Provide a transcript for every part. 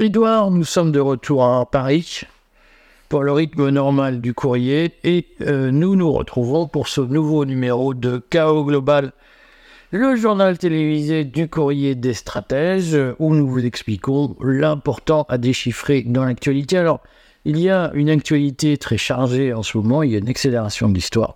Édouard, nous sommes de retour à Paris pour le rythme normal du courrier et nous nous retrouvons pour ce nouveau numéro de Chaos Global, le journal télévisé du courrier des stratèges où nous vous expliquons l'important à déchiffrer dans l'actualité. Alors, il y a une actualité très chargée en ce moment, il y a une accélération de l'histoire.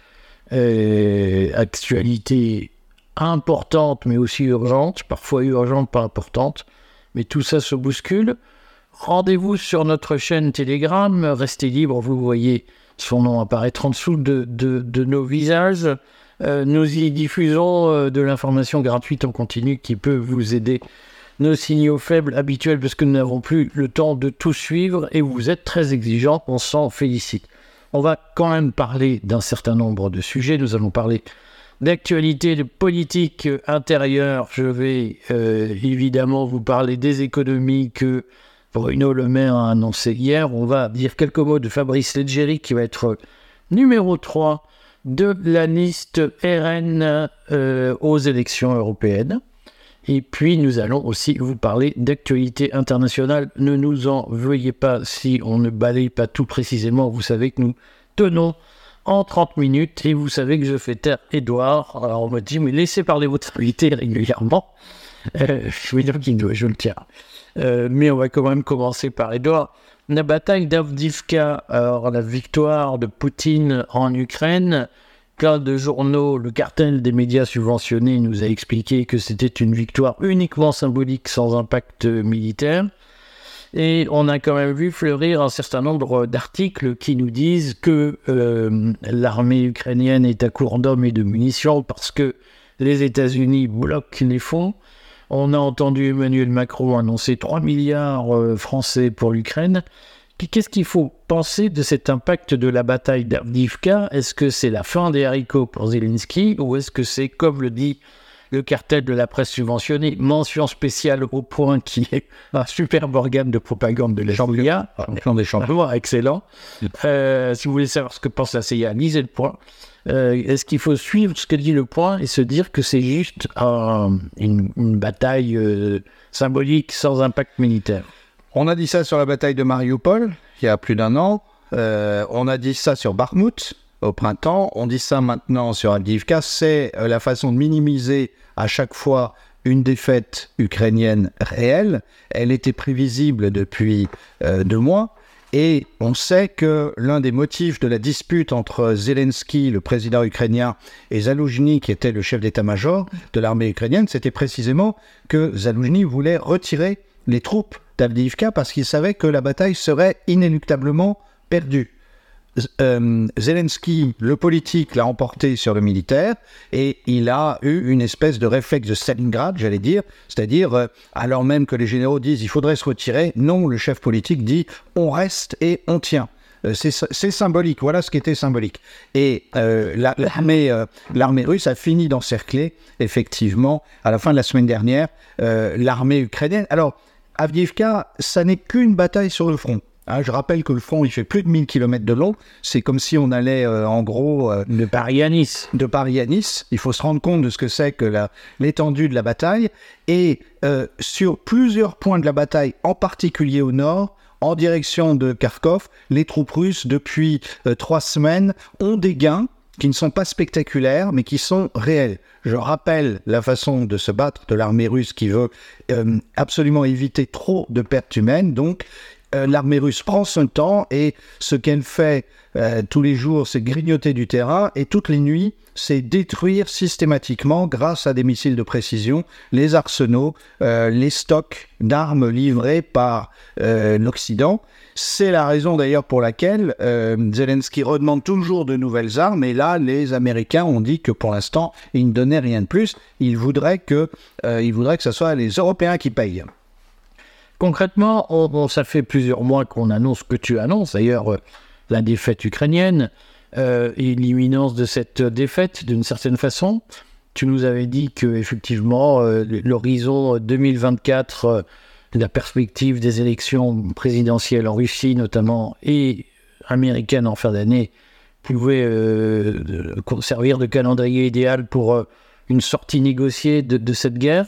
Actualité importante mais aussi urgente, parfois urgente, pas importante, mais tout ça se bouscule. Rendez-vous sur notre chaîne Telegram, restez libre, vous voyez son nom apparaître en dessous de nos visages. Nous y diffusons de l'information gratuite en continu qui peut vous aider. Nos signaux faibles habituels parce que nous n'avons plus le temps de tout suivre et vous êtes très exigeants, on s'en félicite. On va quand même parler d'un certain nombre de sujets, nous allons parler d'actualité, de politique intérieure. Je vais évidemment vous parler des économies que Bruno Le Maire a annoncées hier. On va dire quelques mots de Fabrice Leggeri qui va être numéro 3 de la liste RN aux élections européennes. Et puis nous allons aussi vous parler d'actualité internationale. Ne nous en veuillez pas si on ne balaye pas tout précisément. Vous savez que nous tenons en 30 minutes, et vous savez que je fais taire Édouard. Alors on me dit, mais laissez parler votre invité régulièrement. Je veux dire qu'il doit, je le tiens. Mais on va quand même commencer par Édouard. La bataille d'Avdiivka, alors la victoire de Poutine en Ukraine, plein de journaux, le cartel des médias subventionnés nous a expliqué que c'était une victoire uniquement symbolique sans impact militaire. Et on a quand même vu fleurir un certain nombre d'articles qui nous disent que l'armée ukrainienne est à court d'hommes et de munitions parce que les États-Unis bloquent les fonds. On a entendu Emmanuel Macron annoncer 3 milliards français pour l'Ukraine. Qu'est-ce qu'il faut penser de cet impact de la bataille d'Avdiivka ? Est-ce que c'est la fin des haricots pour Zelensky ou est-ce que c'est, comme le dit le cartel de la presse subventionnée, mention spéciale au Point, qui est un superbe organe de propagande de la CIA. Des champions. Excellent. Si vous voulez savoir ce que pense la CIA, lisez le Point. Est-ce qu'il faut suivre ce que dit le Point et se dire que c'est juste une bataille symbolique sans impact militaire ? On a dit ça sur la bataille de Mariupol, il y a plus d'un an. On a dit ça sur Bakhmout au printemps. On dit ça maintenant sur Avdiivka. C'est la façon de minimiser à chaque fois une défaite ukrainienne réelle. Elle était prévisible depuis 2 mois. Et on sait que l'un des motifs de la dispute entre Zelensky, le président ukrainien, et Zaloujny, qui était le chef d'état-major de l'armée ukrainienne, c'était précisément que Zaloujny voulait retirer les troupes d'Avdiivka parce qu'il savait que la bataille serait inéluctablement perdue. Zelensky, le politique, l'a emporté sur le militaire et il a eu une espèce de réflexe de Stalingrad, j'allais dire, c'est-à-dire, alors même que les généraux disent il faudrait se retirer, non, le chef politique dit on reste et on tient. C'est symbolique, voilà ce qui était symbolique. Et l'armée russe a fini d'encercler, effectivement, à la fin de la semaine dernière, l'armée ukrainienne. Alors, Avdiivka, ça n'est qu'une bataille sur le front. Je rappelle que le front, il fait plus de 1000 km de long. C'est comme si on allait, en gros... de Paris à Nice. De Paris à Nice. Il faut se rendre compte de ce que c'est que l'étendue de la bataille. Et sur plusieurs points de la bataille, en particulier au nord, en direction de Kharkov, les troupes russes, depuis 3 semaines, ont des gains qui ne sont pas spectaculaires, mais qui sont réels. Je rappelle la façon de se battre de l'armée russe qui veut absolument éviter trop de pertes humaines. Donc, l'armée russe prend son temps et ce qu'elle fait tous les jours, c'est grignoter du terrain et toutes les nuits, c'est détruire systématiquement, grâce à des missiles de précision, les arsenaux, les stocks d'armes livrés par l'Occident. C'est la raison d'ailleurs pour laquelle Zelensky redemande toujours de nouvelles armes et là, les Américains ont dit que pour l'instant, ils ne donnaient rien de plus. Ils voudraient que ce soit les Européens qui payent. Concrètement, ça fait plusieurs mois qu'on annonce ce que tu annonces, d'ailleurs la défaite ukrainienne et l'imminence de cette défaite d'une certaine façon. Tu nous avais dit que effectivement l'horizon 2024, la perspective des élections présidentielles en Russie notamment et américaines en fin d'année pouvait servir de calendrier idéal pour une sortie négociée de cette guerre.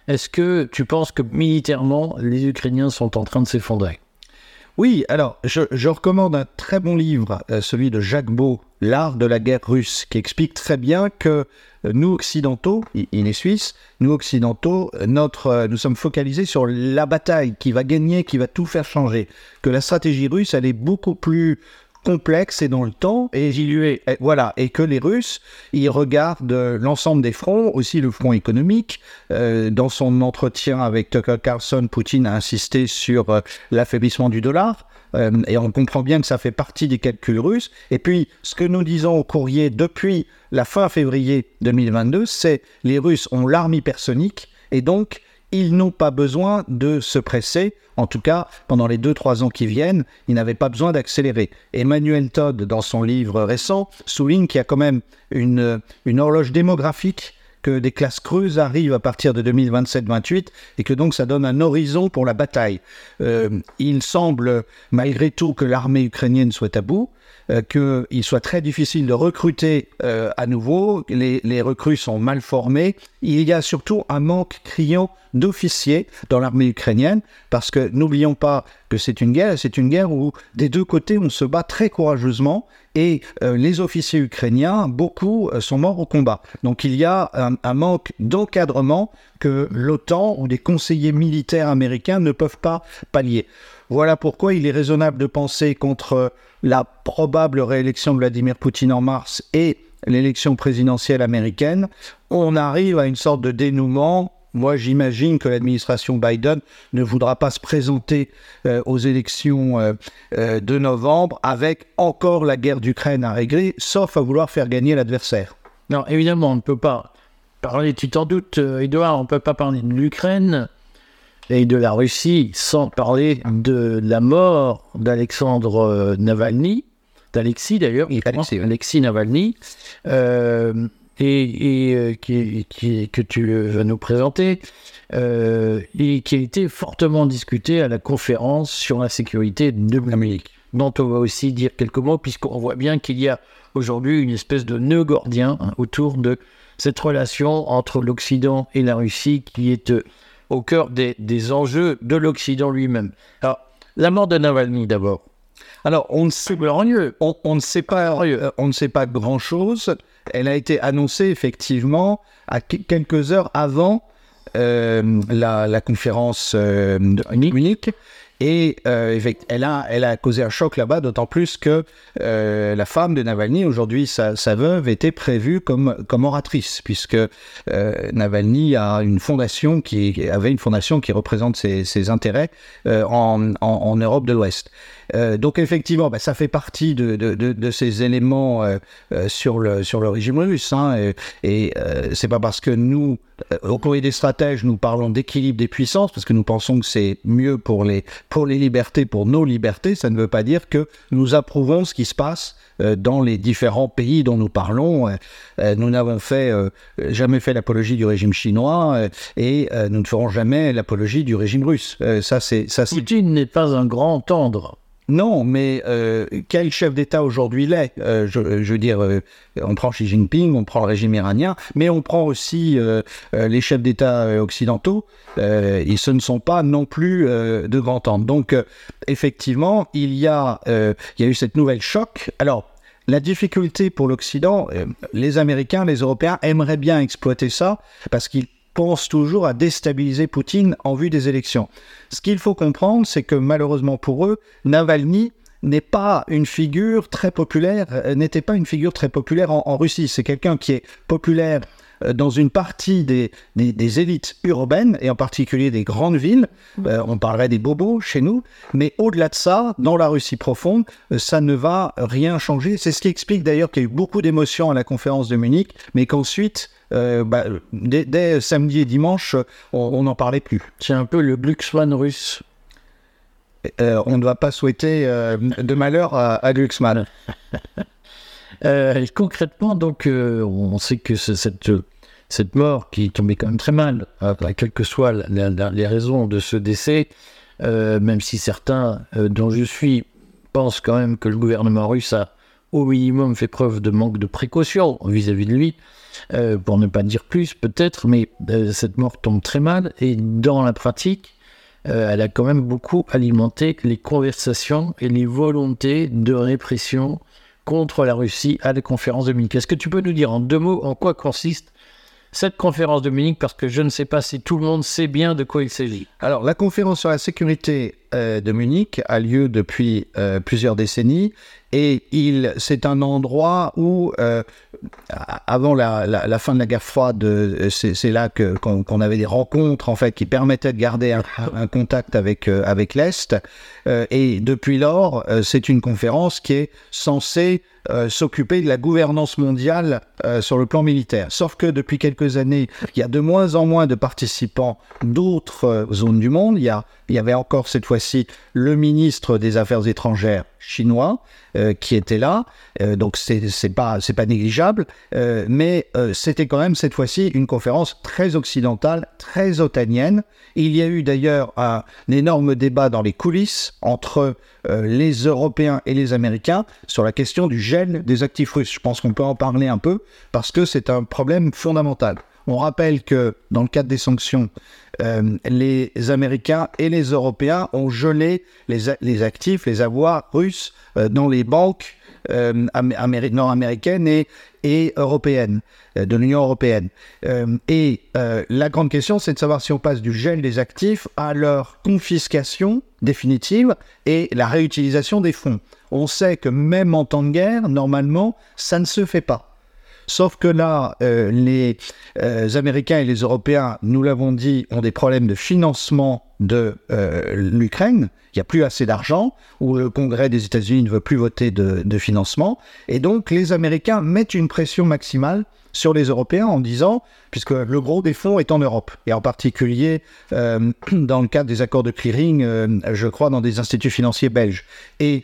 Est-ce que tu penses que militairement, les Ukrainiens sont en train de s'effondrer ? Oui, alors je recommande un très bon livre, celui de Jacques Beau, L'art de la guerre russe, qui explique très bien que nous occidentaux, il est suisse, nous occidentaux, nous sommes focalisés sur la bataille qui va gagner, qui va tout faire changer, que la stratégie russe, elle est beaucoup plus complexe et dans le temps, et diluée. Voilà, et que les Russes, ils regardent l'ensemble des fronts, aussi le front économique. Dans son entretien avec Tucker Carlson, Poutine a insisté sur l'affaiblissement du dollar. Et on comprend bien que ça fait partie des calculs russes. Et puis, ce que nous disons au courrier depuis la fin février 2022, c'est les Russes ont l'arme hypersonique et donc ils n'ont pas besoin de se presser. En tout cas, pendant les 2-3 ans qui viennent, ils n'avaient pas besoin d'accélérer. Emmanuel Todd, dans son livre récent, souligne qu'il y a quand même une horloge démographique, que des classes creuses arrivent à partir de 2027-28 et que donc ça donne un horizon pour la bataille. Il semble malgré tout que l'armée ukrainienne soit à bout, qu'il soit très difficile de recruter à nouveau, les recrues sont mal formées. Il y a surtout un manque criant d'officiers dans l'armée ukrainienne, parce que n'oublions pas que c'est une guerre où des deux côtés on se bat très courageusement, et les officiers ukrainiens, beaucoup sont morts au combat. Donc il y a un manque d'encadrement que l'OTAN ou des conseillers militaires américains ne peuvent pas pallier. Voilà pourquoi il est raisonnable de penser qu'entre la probable réélection de Vladimir Poutine en mars et l'élection présidentielle américaine, on arrive à une sorte de dénouement. Moi, j'imagine que l'administration Biden ne voudra pas se présenter aux élections de novembre avec encore la guerre d'Ukraine à régler, sauf à vouloir faire gagner l'adversaire. Non, évidemment, on ne peut pas parler, tu t'en doutes, Edouard, on ne peut pas parler de l'Ukraine et de la Russie sans parler de la mort d'Alexandre Navalny, d'Alexis d'ailleurs, Alexis Navalny, que tu vas nous présenter, et qui a été fortement discuté à la conférence sur la sécurité de Munich, dont on va aussi dire quelques mots, puisqu'on voit bien qu'il y a aujourd'hui une espèce de nœud gordien autour de cette relation entre l'Occident et la Russie qui est au cœur des enjeux de l'Occident lui-même. Alors, la mort de Navalny d'abord. Alors, on ne sait pas grand-chose. Elle a été annoncée effectivement à quelques heures avant la conférence de Munich. Et elle a causé un choc là-bas, d'autant plus que la femme de Navalny, aujourd'hui sa veuve, était prévue comme oratrice, puisque Navalny avait une fondation qui représente ses intérêts en Europe de l'Ouest. Donc effectivement, ça fait partie de ces éléments sur le régime russe, hein, et c'est pas parce que nous, au courrier des stratèges, nous parlons d'équilibre des puissances, parce que nous pensons que c'est mieux pour les libertés, pour nos libertés, ça ne veut pas dire que nous approuvons ce qui se passe dans les différents pays dont nous parlons. Nous n'avons jamais fait l'apologie du régime chinois, et nous ne ferons jamais l'apologie du régime russe. Poutine n'est pas un grand tendre. Non, mais quel chef d'État aujourd'hui l'est ? Je veux dire, on prend Xi Jinping, on prend le régime iranien, mais on prend aussi les chefs d'État occidentaux. Ce ne sont pas non plus de grands tendres. Donc, effectivement, il y a eu cette nouvelle choc. Alors, la difficulté pour l'Occident, les Américains, les Européens aimeraient bien exploiter ça, parce qu'ils pense toujours à déstabiliser Poutine en vue des élections. Ce qu'il faut comprendre, c'est que malheureusement pour eux, Navalny n'était pas une figure très populaire en Russie. C'est quelqu'un qui est populaire dans une partie des élites urbaines, et en particulier des grandes villes. On parlerait des bobos chez nous, mais au-delà de ça, dans la Russie profonde, ça ne va rien changer. C'est ce qui explique d'ailleurs qu'il y a eu beaucoup d'émotions à la conférence de Munich, mais qu'ensuite, dès samedi et dimanche, on n'en parlait plus. C'est un peu le Glucksmann russe. On ne va pas souhaiter de malheur à Glucksmann. Concrètement, donc, on sait que cette mort qui est tombée quand même très mal, quelles que soient les raisons de ce décès, même si certains dont je suis pensent quand même que le gouvernement russe a au minimum fait preuve de manque de précaution vis-à-vis de lui, pour ne pas dire plus peut-être, mais cette mort tombe très mal, et dans la pratique, elle a quand même beaucoup alimenté les conversations et les volontés de répression contre la Russie à la conférence de Munich. Est-ce que tu peux nous dire en 2 mots en quoi consiste cette conférence de Munich, parce que je ne sais pas si tout le monde sait bien de quoi il s'agit. Alors, la conférence sur la sécurité de Munich a lieu depuis plusieurs décennies, et c'est un endroit où, avant la fin de la guerre froide, c'est là qu'on avait des rencontres en fait qui permettaient de garder un contact avec l'Est, et depuis lors, c'est une conférence qui est censée s'occuper de la gouvernance mondiale sur le plan militaire. Sauf que depuis quelques années, il y a de moins en moins de participants d'autres zones du monde. Il y avait encore cette fois-ci le ministre des Affaires étrangères chinois qui était là, donc c'est pas négligeable, mais c'était quand même cette fois-ci une conférence très occidentale, très otanienne. Il y a eu d'ailleurs un énorme débat dans les coulisses entre les Européens et les Américains sur la question du gel des actifs russes. Je pense qu'on peut en parler un peu parce que c'est un problème fondamental. On rappelle que dans le cadre des sanctions, les Américains et les Européens ont gelé les actifs, les avoirs russes dans les banques nord-américaines et européennes, de l'Union européenne. La grande question, c'est de savoir si on passe du gel des actifs à leur confiscation définitive et la réutilisation des fonds. On sait que même en temps de guerre, normalement, ça ne se fait pas. Sauf que là, les Américains et les Européens, nous l'avons dit, ont des problèmes de financement de l'Ukraine. Il n'y a plus assez d'argent, ou le Congrès des États-Unis ne veut plus voter de financement. Et donc, les Américains mettent une pression maximale sur les Européens en disant, puisque le gros des fonds est en Europe, et en particulier dans le cadre des accords de clearing, je crois, dans des instituts financiers belges. Et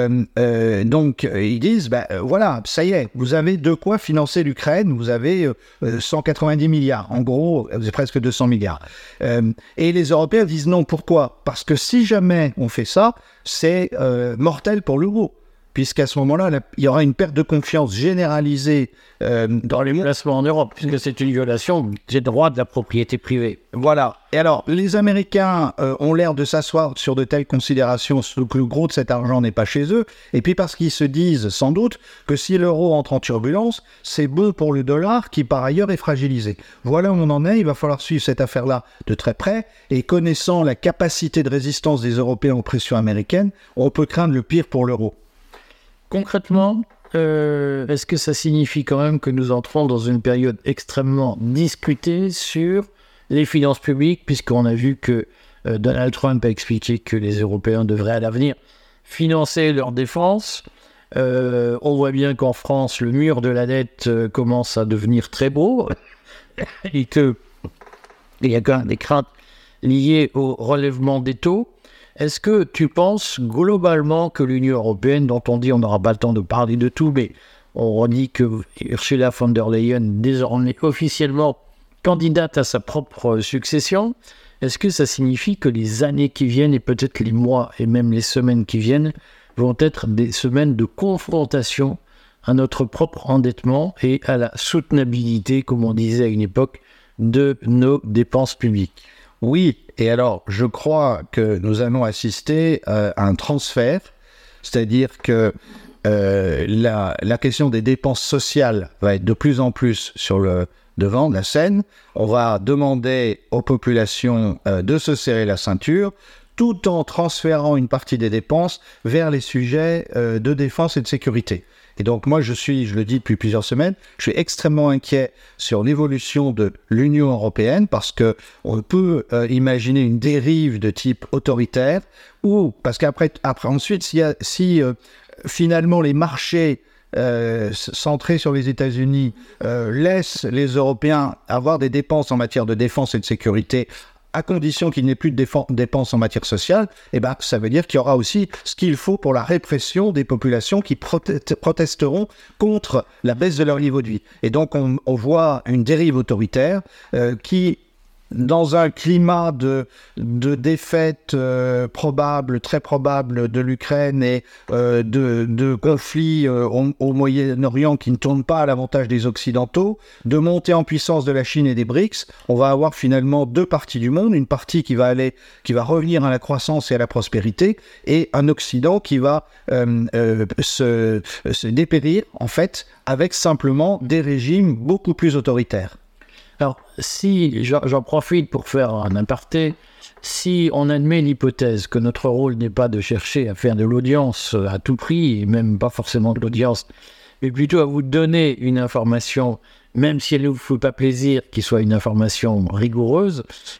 donc, ils disent, voilà, ça y est, vous avez de quoi financer l'Ukraine, vous avez 190 milliards, en gros, vous avez presque 200 milliards. Et les Européens disent non, pourquoi ? Parce que si jamais on fait ça, c'est mortel pour l'euro. Puisqu'à ce moment-là, il y aura une perte de confiance généralisée dans les placements en Europe, puisque c'est une violation des droits de la propriété privée. Voilà. Et alors, les Américains ont l'air de s'asseoir sur de telles considérations, que le gros de cet argent n'est pas chez eux, et puis parce qu'ils se disent, sans doute, que si l'euro entre en turbulence, c'est bon pour le dollar, qui par ailleurs est fragilisé. Voilà où on en est, il va falloir suivre cette affaire-là de très près, et connaissant la capacité de résistance des Européens aux pressions américaines, on peut craindre le pire pour l'euro. Concrètement, est-ce que ça signifie quand même que nous entrons dans une période extrêmement discutée sur les finances publiques, puisqu'on a vu que Donald Trump a expliqué que les Européens devraient à l'avenir financer leur défense. On voit bien qu'en France, le mur de la dette commence à devenir très beau et qu'il y a quand même des craintes liées au relèvement des taux. Est-ce que tu penses globalement que l'Union européenne, dont on dit on n'aura pas le temps de parler de tout, mais on dit que Ursula von der Leyen, désormais officiellement candidate à sa propre succession, est-ce que ça signifie que les années qui viennent, et peut-être les mois et même les semaines qui viennent, vont être des semaines de confrontation à notre propre endettement et à la soutenabilité, comme on disait à une époque, de nos dépenses publiques ? Oui, et alors je crois que nous allons assister à un transfert, c'est-à-dire que la question des dépenses sociales va être de plus en plus sur le devant de la scène. On va demander aux populations de se serrer la ceinture, tout en transférant une partie des dépenses vers les sujets de défense et de sécurité. Et donc moi, je le dis depuis plusieurs semaines, je suis extrêmement inquiet sur l'évolution de l'Union européenne parce que on peut imaginer une dérive de type autoritaire ou parce qu'après ensuite, si finalement les marchés centrés sur les États-Unis laissent les Européens avoir des dépenses en matière de défense et de sécurité, à condition qu'il n'y ait plus de dépenses en matière sociale, ça veut dire qu'il y aura aussi ce qu'il faut pour la répression des populations qui protesteront contre la baisse de leur niveau de vie. Et donc on voit une dérive autoritaire qui dans un climat de défaite probable, très probable de l'Ukraine et de conflits au Moyen-Orient qui ne tournent pas à l'avantage des Occidentaux, de montée en puissance de la Chine et des BRICS, on va avoir finalement deux parties du monde, une partie qui va revenir à la croissance et à la prospérité, et un Occident qui va se dépérir, en fait, avec simplement des régimes beaucoup plus autoritaires. Alors, si j'en profite pour faire un aparté, si on admet l'hypothèse que notre rôle n'est pas de chercher à faire de l'audience à tout prix, et même pas forcément de l'audience, mais plutôt à vous donner une information, même si elle ne vous fait pas plaisir, qu'il soit une information rigoureuse,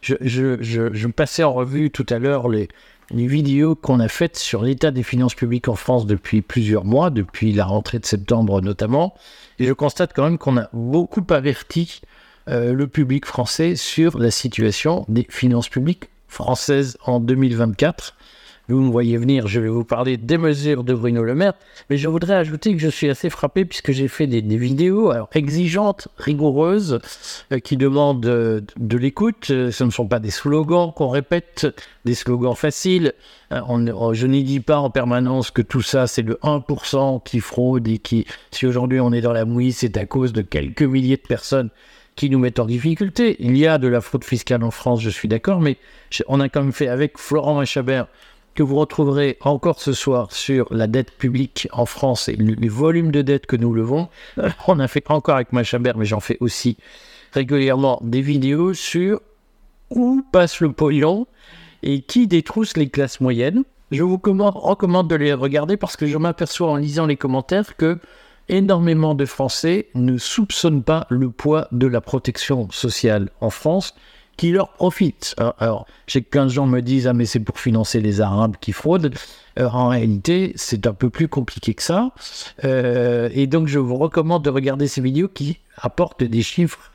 je passais en revue tout à l'heure les vidéos qu'on a faites sur l'état des finances publiques en France depuis plusieurs mois, depuis la rentrée de septembre notamment, et je constate quand même qu'on a beaucoup averti le public français sur la situation des finances publiques françaises en 2024. Vous me voyez venir, je vais vous parler des mesures de Bruno Le Maire, mais je voudrais ajouter que je suis assez frappé puisque j'ai fait des vidéos exigeantes, rigoureuses, qui demandent de l'écoute. Ce ne sont pas des slogans qu'on répète, des slogans faciles. Je n'y dis pas en permanence que tout ça, c'est le 1% qui fraude et qui, si aujourd'hui on est dans la mouise, c'est à cause de quelques milliers de personnes qui nous mettent en difficulté. Il y a de la fraude fiscale en France, je suis d'accord, mais on a quand même fait avec Florent Chabert, que vous retrouverez encore ce soir sur la dette publique en France et les volumes de dette que nous levons. On a fait encore avec Chabert, mais j'en fais aussi régulièrement des vidéos sur où passe le pognon et qui détrousse les classes moyennes. Je vous recommande de les regarder parce que je m'aperçois en lisant les commentaires que énormément de Français ne soupçonnent pas le poids de la protection sociale en France qui leur profite. Alors, je sais que plein de gens me disent « Ah, mais c'est pour financer les Arabes qui fraudent ». En réalité, c'est un peu plus compliqué que ça. Et donc, je vous recommande de regarder ces vidéos qui apportent des chiffres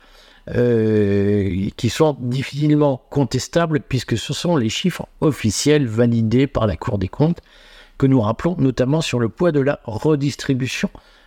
qui sont difficilement contestables puisque ce sont les chiffres officiels validés par la Cour des comptes que nous rappelons notamment sur le poids de la redistribution.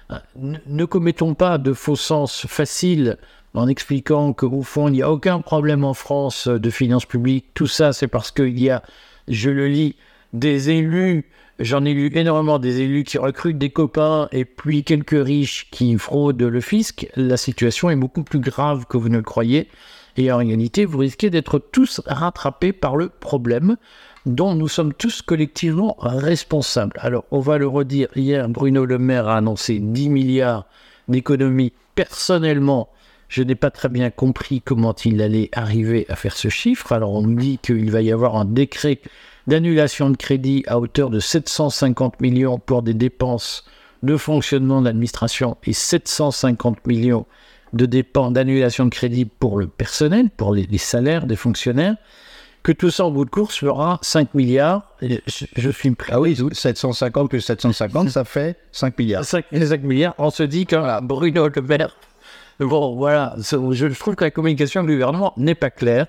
Ne commettons pas de faux sens faciles en expliquant qu'au fond, il n'y a aucun problème en France de finances publiques. Tout ça, c'est parce qu'il y a, je le lis, des élus, j'en ai lu énormément, des élus qui recrutent des copains et puis quelques riches qui fraudent le fisc. La situation est beaucoup plus grave que vous ne le croyez. Et en réalité, vous risquez d'être tous rattrapés par le problème dont nous sommes tous collectivement responsables. Alors, on va le redire, hier, Bruno Le Maire a annoncé 10 milliards d'économies. Personnellement, je n'ai pas très bien compris comment il allait arriver à faire ce chiffre. Alors, on nous dit qu'il va y avoir un décret d'annulation de crédit à hauteur de 750 millions pour des dépenses de fonctionnement de l'administration et 750 millions de dépenses d'annulation de crédit pour le personnel, pour les salaires des fonctionnaires. Que tout ça, en bout de course, fera 5 milliards. Je suis prêt. Ah oui, 750 plus 750, ça fait 5 milliards. 5 milliards. On se dit que voilà, Bruno Le Maire... Bon, voilà, je trouve que la communication du gouvernement n'est pas claire.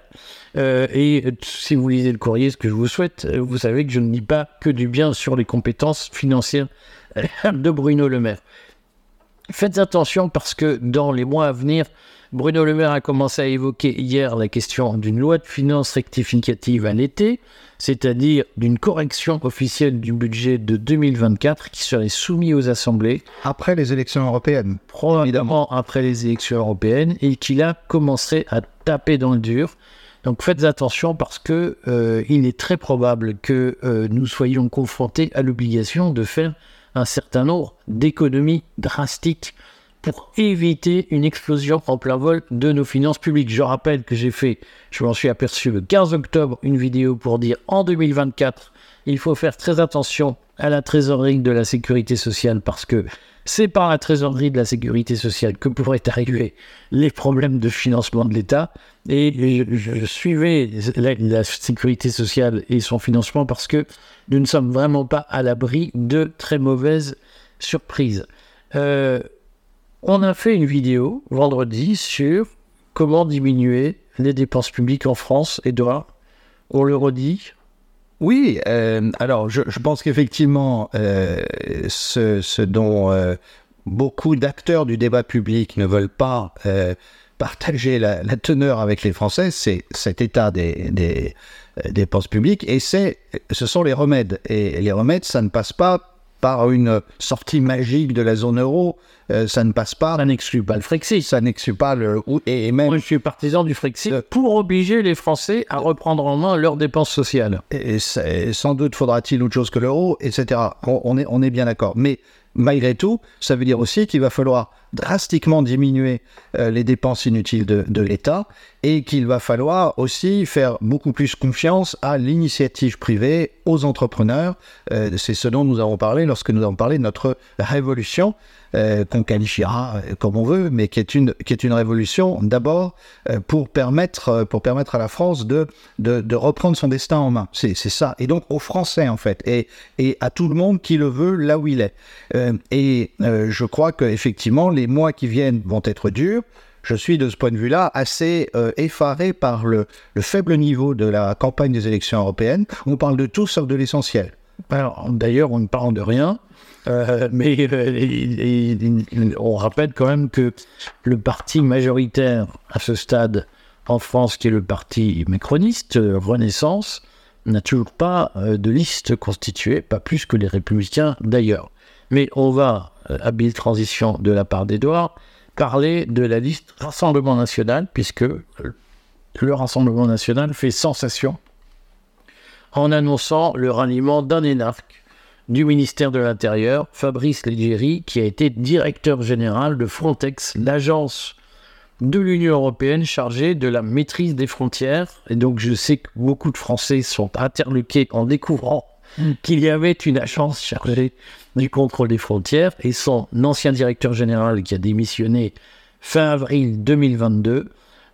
Et si vous lisez le courrier, ce que je vous souhaite, vous savez que je ne dis pas que du bien sur les compétences financières de Bruno Le Maire. Faites attention parce que dans les mois à venir, Bruno Le Maire a commencé à évoquer hier la question d'une loi de finances rectificative à l'été, c'est-à-dire d'une correction officielle du budget de 2024 qui serait soumis aux assemblées. Après les élections européennes. Probablement après les élections européennes, et qui là commencerait à taper dans le dur. Donc faites attention parce que il est très probable que nous soyons confrontés à l'obligation de faire un certain nombre d'économies drastiques pour éviter une explosion en plein vol de nos finances publiques. Je rappelle que je m'en suis aperçu le 15 octobre, une vidéo pour dire en 2024, il faut faire très attention à la trésorerie de la sécurité sociale parce que c'est par la trésorerie de la sécurité sociale que pourraient arriver les problèmes de financement de l'État. Et je suivais la sécurité sociale et son financement parce que nous ne sommes vraiment pas à l'abri de très mauvaises surprises. On a fait une vidéo vendredi sur comment diminuer les dépenses publiques en France. Edouard, on le redit. Oui, alors je pense qu'effectivement, ce dont beaucoup d'acteurs du débat public ne veulent pas partager la teneur avec les Français, c'est cet état des dépenses publiques, et ce sont les remèdes. Et les remèdes, ça ne passe pas par une sortie magique de la zone euro, ça ne passe pas... Ça n'exclut pas le Frexit. Ça n'exclut pas le... Et même... Moi, je suis partisan du Frexit pour obliger les Français à reprendre en main leurs dépenses sociales. Et sans doute faudra-t-il autre chose que l'euro, etc. On est bien d'accord. Mais malgré tout, ça veut dire aussi qu'il va falloir drastiquement diminuer les dépenses inutiles de l'État, et qu'il va falloir aussi faire beaucoup plus confiance à l'initiative privée, aux entrepreneurs. C'est ce dont nous avons parlé lorsque nous avons parlé de notre révolution, qu'on qualifiera comme on veut, mais qui est une révolution d'abord pour permettre à la France de reprendre son destin en main. C'est ça. Et donc aux Français en fait, et à tout le monde qui le veut là où il est. Je crois qu'effectivement les mois qui viennent vont être durs. Je suis de ce point de vue-là assez effaré par le faible niveau de la campagne des élections européennes. On parle de tout sauf de l'essentiel. Alors, d'ailleurs, on ne parle de rien, mais on rappelle quand même que le parti majoritaire à ce stade en France, qui est le parti macroniste, Renaissance, n'a toujours pas de liste constituée, pas plus que les Républicains d'ailleurs. Mais on va, habile transition de la part d'Édouard, parler de la liste Rassemblement National, puisque le Rassemblement National fait sensation en annonçant le ralliement d'un énarque du ministère de l'Intérieur, Fabrice Leggeri, qui a été directeur général de Frontex, l'agence de l'Union européenne chargée de la maîtrise des frontières. Et donc je sais que beaucoup de Français sont interloqués en découvrant qu'il y avait une agence chargée du contrôle des frontières, et son ancien directeur général, qui a démissionné fin avril 2022,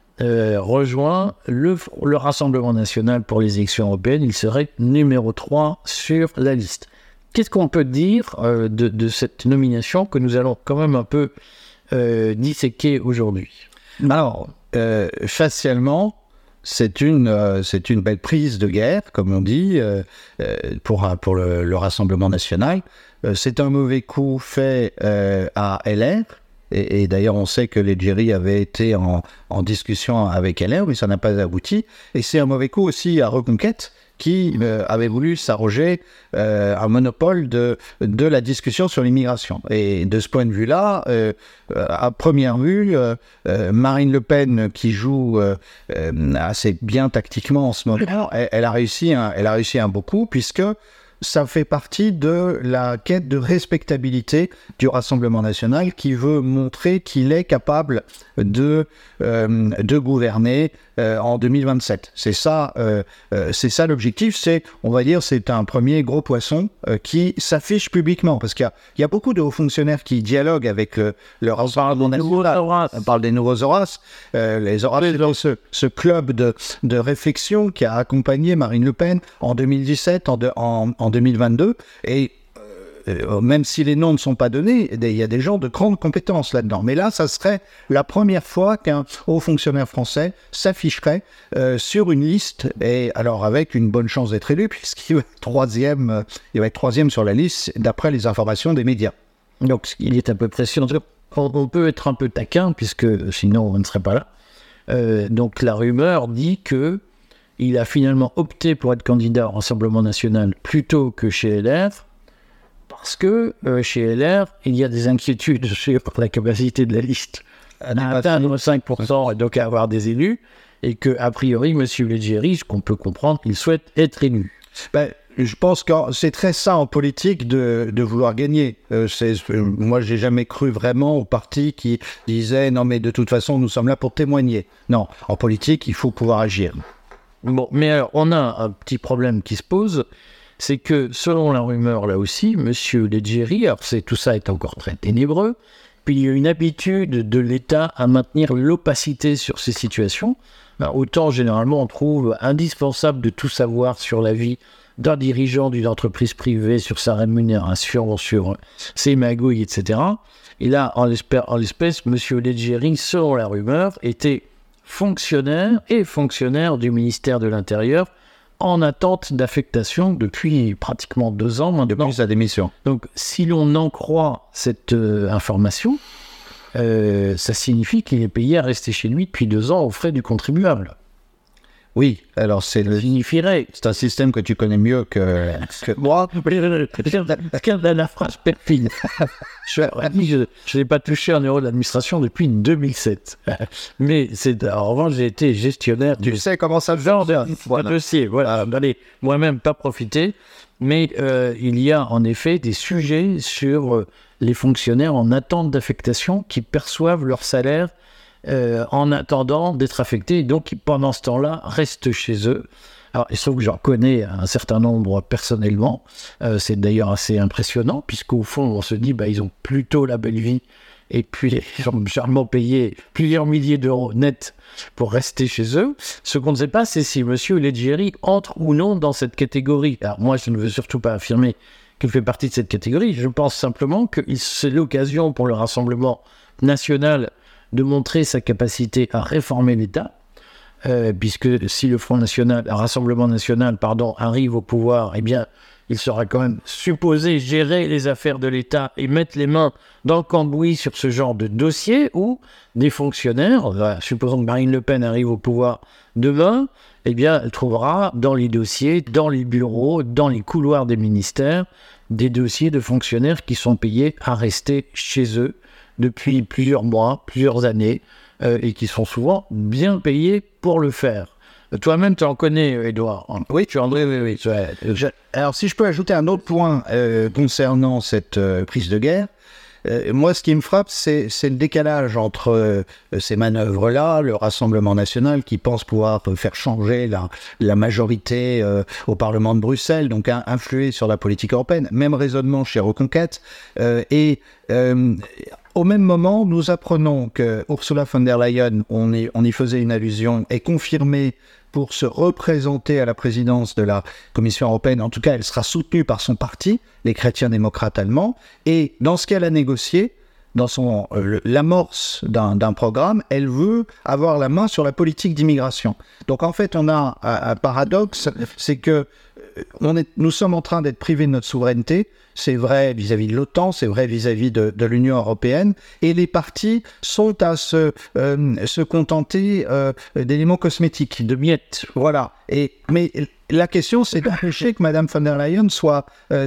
rejoint le Rassemblement National pour les élections européennes. Il serait numéro 3 sur la liste. Qu'est-ce qu'on peut dire de cette nomination que nous allons quand même un peu disséquer aujourd'hui? Alors, facialement, c'est une belle prise de guerre, comme on dit, pour le Rassemblement National. C'est un mauvais coup fait à LR. Et d'ailleurs, on sait que Leggeri avait été en discussion avec LR, mais ça n'a pas abouti. Et c'est un mauvais coup aussi à Reconquête, qui avait voulu s'arroger un monopole de la discussion sur l'immigration. Et de ce point de vue-là, à première vue, Marine Le Pen, qui joue assez bien tactiquement en ce moment, elle a réussi un beau coup, puisque ça fait partie de la quête de respectabilité du Rassemblement National, qui veut montrer qu'il est capable de gouverner en 2027. C'est ça l'objectif. On va dire, c'est un premier gros poisson qui s'affiche publiquement, parce qu'il y a beaucoup de hauts fonctionnaires qui dialoguent avec le Rassemblement National. On parle des nouveaux Horaces. Les Horaces, c'est ce club de réflexion qui a accompagné Marine Le Pen en 2017, en 2022, et même si les noms ne sont pas donnés, il y a des gens de grande compétence là-dedans. Mais là, ça serait la première fois qu'un haut fonctionnaire français s'afficherait sur une liste, et alors avec une bonne chance d'être élu, puisqu'il va être troisième sur la liste, d'après les informations des médias. Donc, il est à peu près sûr. On peut être un peu taquin, puisque sinon, on ne serait pas là. Donc, la rumeur dit que il a finalement opté pour être candidat au Rassemblement National plutôt que chez LR, parce que chez LR, il y a des inquiétudes sur la capacité de la liste à atteindre 5% et donc à avoir des élus, et que, a priori, M. Leggeri, ce qu'on peut comprendre, il souhaite être élu. Je pense que c'est très sain en politique de vouloir gagner. Moi, j'ai jamais cru vraiment au parti qui disait « Non, mais de toute façon, nous sommes là pour témoigner ». Non, en politique, il faut pouvoir agir. Bon, mais alors, on a un petit problème qui se pose, c'est que, selon la rumeur, là aussi, M. Leggeri, alors tout ça est encore très ténébreux, puis il y a une habitude de l'État à maintenir l'opacité sur ces situations. Alors, autant, généralement, on trouve indispensable de tout savoir sur la vie d'un dirigeant d'une entreprise privée, sur sa rémunération, sur ses magouilles, etc. Et là, en l'espèce, M. Leggeri, selon la rumeur, était fonctionnaire du ministère de l'Intérieur en attente d'affectation depuis pratiquement 2 ans maintenant. Depuis sa démission. Donc, si l'on en croit cette information, ça signifie qu'il est payé à rester chez lui depuis 2 ans aux frais du contribuable. Oui, alors Ça signifierait... c'est un système que tu connais mieux que moi. Regarde la phrase perfide. Je n'ai pas touché un euro d'administration depuis 2007. Mais en revanche, j'ai été gestionnaire Tu sais comment ça se genre de Voilà. dossier. Voilà, j'en ai moi-même pas profité. Mais il y a en effet des sujets sur les fonctionnaires en attente d'affectation qui perçoivent leur salaire en attendant d'être affectés, et donc qui, pendant ce temps-là, restent chez eux. Alors, il se trouve que j'en connais un certain nombre personnellement. C'est d'ailleurs assez impressionnant, puisqu'au fond, on se dit, ils ont plutôt la belle vie, et puis ils ont généralement payé plusieurs milliers d'euros net pour rester chez eux. Ce qu'on ne sait pas, c'est si M. Leggeri entre ou non dans cette catégorie. Alors, moi, je ne veux surtout pas affirmer qu'il fait partie de cette catégorie. Je pense simplement que c'est l'occasion pour le Rassemblement national de montrer sa capacité à réformer l'État, puisque si le Rassemblement national, arrive au pouvoir, eh bien, il sera quand même supposé gérer les affaires de l'État et mettre les mains dans le cambouis sur ce genre de dossier où des fonctionnaires, supposons que Marine Le Pen arrive au pouvoir demain, eh bien, elle trouvera dans les dossiers, dans les bureaux, dans les couloirs des ministères, des dossiers de fonctionnaires qui sont payés à rester chez eux depuis plusieurs mois, plusieurs années, et qui sont souvent bien payés pour le faire. Toi-même, tu en connais, Édouard. Oui, oui. Alors, si je peux ajouter un autre point concernant cette prise de guerre, moi, ce qui me frappe, c'est le décalage entre ces manœuvres-là, le Rassemblement national qui pense pouvoir faire changer la majorité au Parlement de Bruxelles, donc influer sur la politique européenne. Même raisonnement chez Reconquête. Au même moment, nous apprenons que Ursula von der Leyen, on y faisait une allusion, est confirmée pour se représenter à la présidence de la Commission européenne. En tout cas, elle sera soutenue par son parti, les chrétiens démocrates allemands. Et dans ce qu'elle a négocié, dans l'amorce d'un programme, elle veut avoir la main sur la politique d'immigration. Donc en fait, on a un paradoxe, c'est que nous sommes en train d'être privés de notre souveraineté. C'est vrai vis-à-vis de l'OTAN, c'est vrai vis-à-vis de l'Union européenne, et les partis sont à se contenter d'éléments cosmétiques, de miettes. Voilà. Mais la question, c'est d'empêcher que Mme von der Leyen soit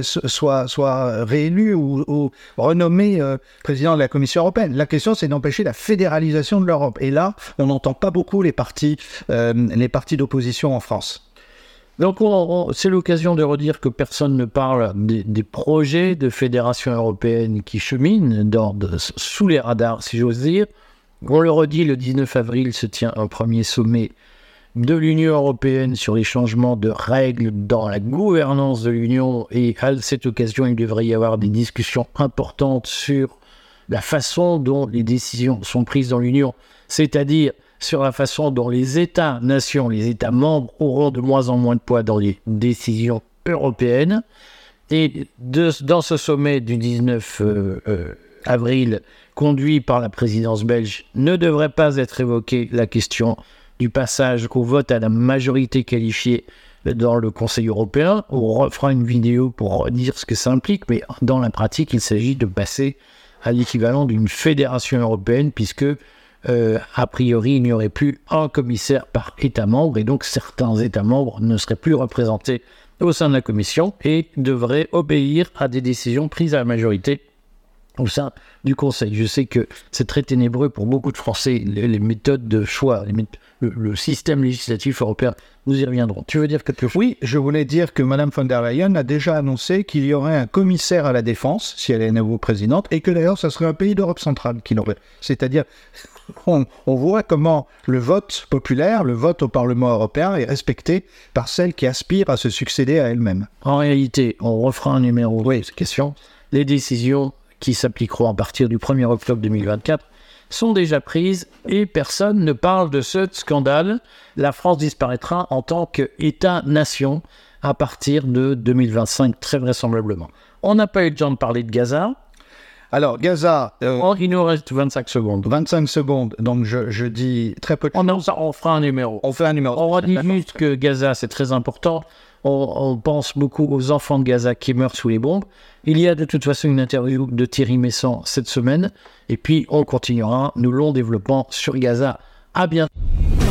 réélue ou renommée président de la Commission européenne. La question, c'est d'empêcher la fédéralisation de l'Europe. Et là, on n'entend pas beaucoup les partis d'opposition en France. Donc, c'est l'occasion de redire que personne ne parle des projets de fédération européenne qui cheminent sous les radars, si j'ose dire. On le redit, le 19 avril se tient un premier sommet de l'Union européenne sur les changements de règles dans la gouvernance de l'Union. Et à cette occasion, il devrait y avoir des discussions importantes sur la façon dont les décisions sont prises dans l'Union, c'est-à-dire sur la façon dont les États-nations, les États membres auront de moins en moins de poids dans les décisions européennes. Et dans ce sommet du 19 avril, conduit par la présidence belge, ne devrait pas être évoquée la question du passage au vote à la majorité qualifiée dans le Conseil européen. On refera une vidéo pour dire ce que ça implique, mais dans la pratique, il s'agit de passer à l'équivalent d'une fédération européenne, puisque a priori, il n'y aurait plus un commissaire par État membre, et donc certains États membres ne seraient plus représentés au sein de la Commission et devraient obéir à des décisions prises à la majorité au sein du Conseil. Je sais que c'est très ténébreux pour beaucoup de Français, les méthodes de choix, le système législatif européen. Nous y reviendrons. Tu veux dire quelque chose ? Oui, je voulais dire que Mme von der Leyen a déjà annoncé qu'il y aurait un commissaire à la défense, si elle est nouveau présidente, et que d'ailleurs, ça serait un pays d'Europe centrale qui l'aurait. C'est-à-dire, on voit comment le vote populaire, le vote au Parlement européen est respecté par celles qui aspirent à se succéder à elles-mêmes. En réalité, on refera un numéro de cette question. Les décisions qui s'appliqueront à partir du 1er octobre 2024 sont déjà prises et personne ne parle de ce scandale. La France disparaîtra en tant qu'État-nation à partir de 2025, très vraisemblablement. On n'a pas eu le temps de parler de Gaza. Alors, Gaza... il nous reste 25 secondes. 25 secondes, donc je dis très peu de choses. On fera un numéro. On fait un numéro. On redit juste que Gaza, c'est très important. on pense beaucoup aux enfants de Gaza qui meurent sous les bombes. Il y a de toute façon une interview de Thierry Messant cette semaine. Et puis, on continuera nos longs développements sur Gaza. À bientôt.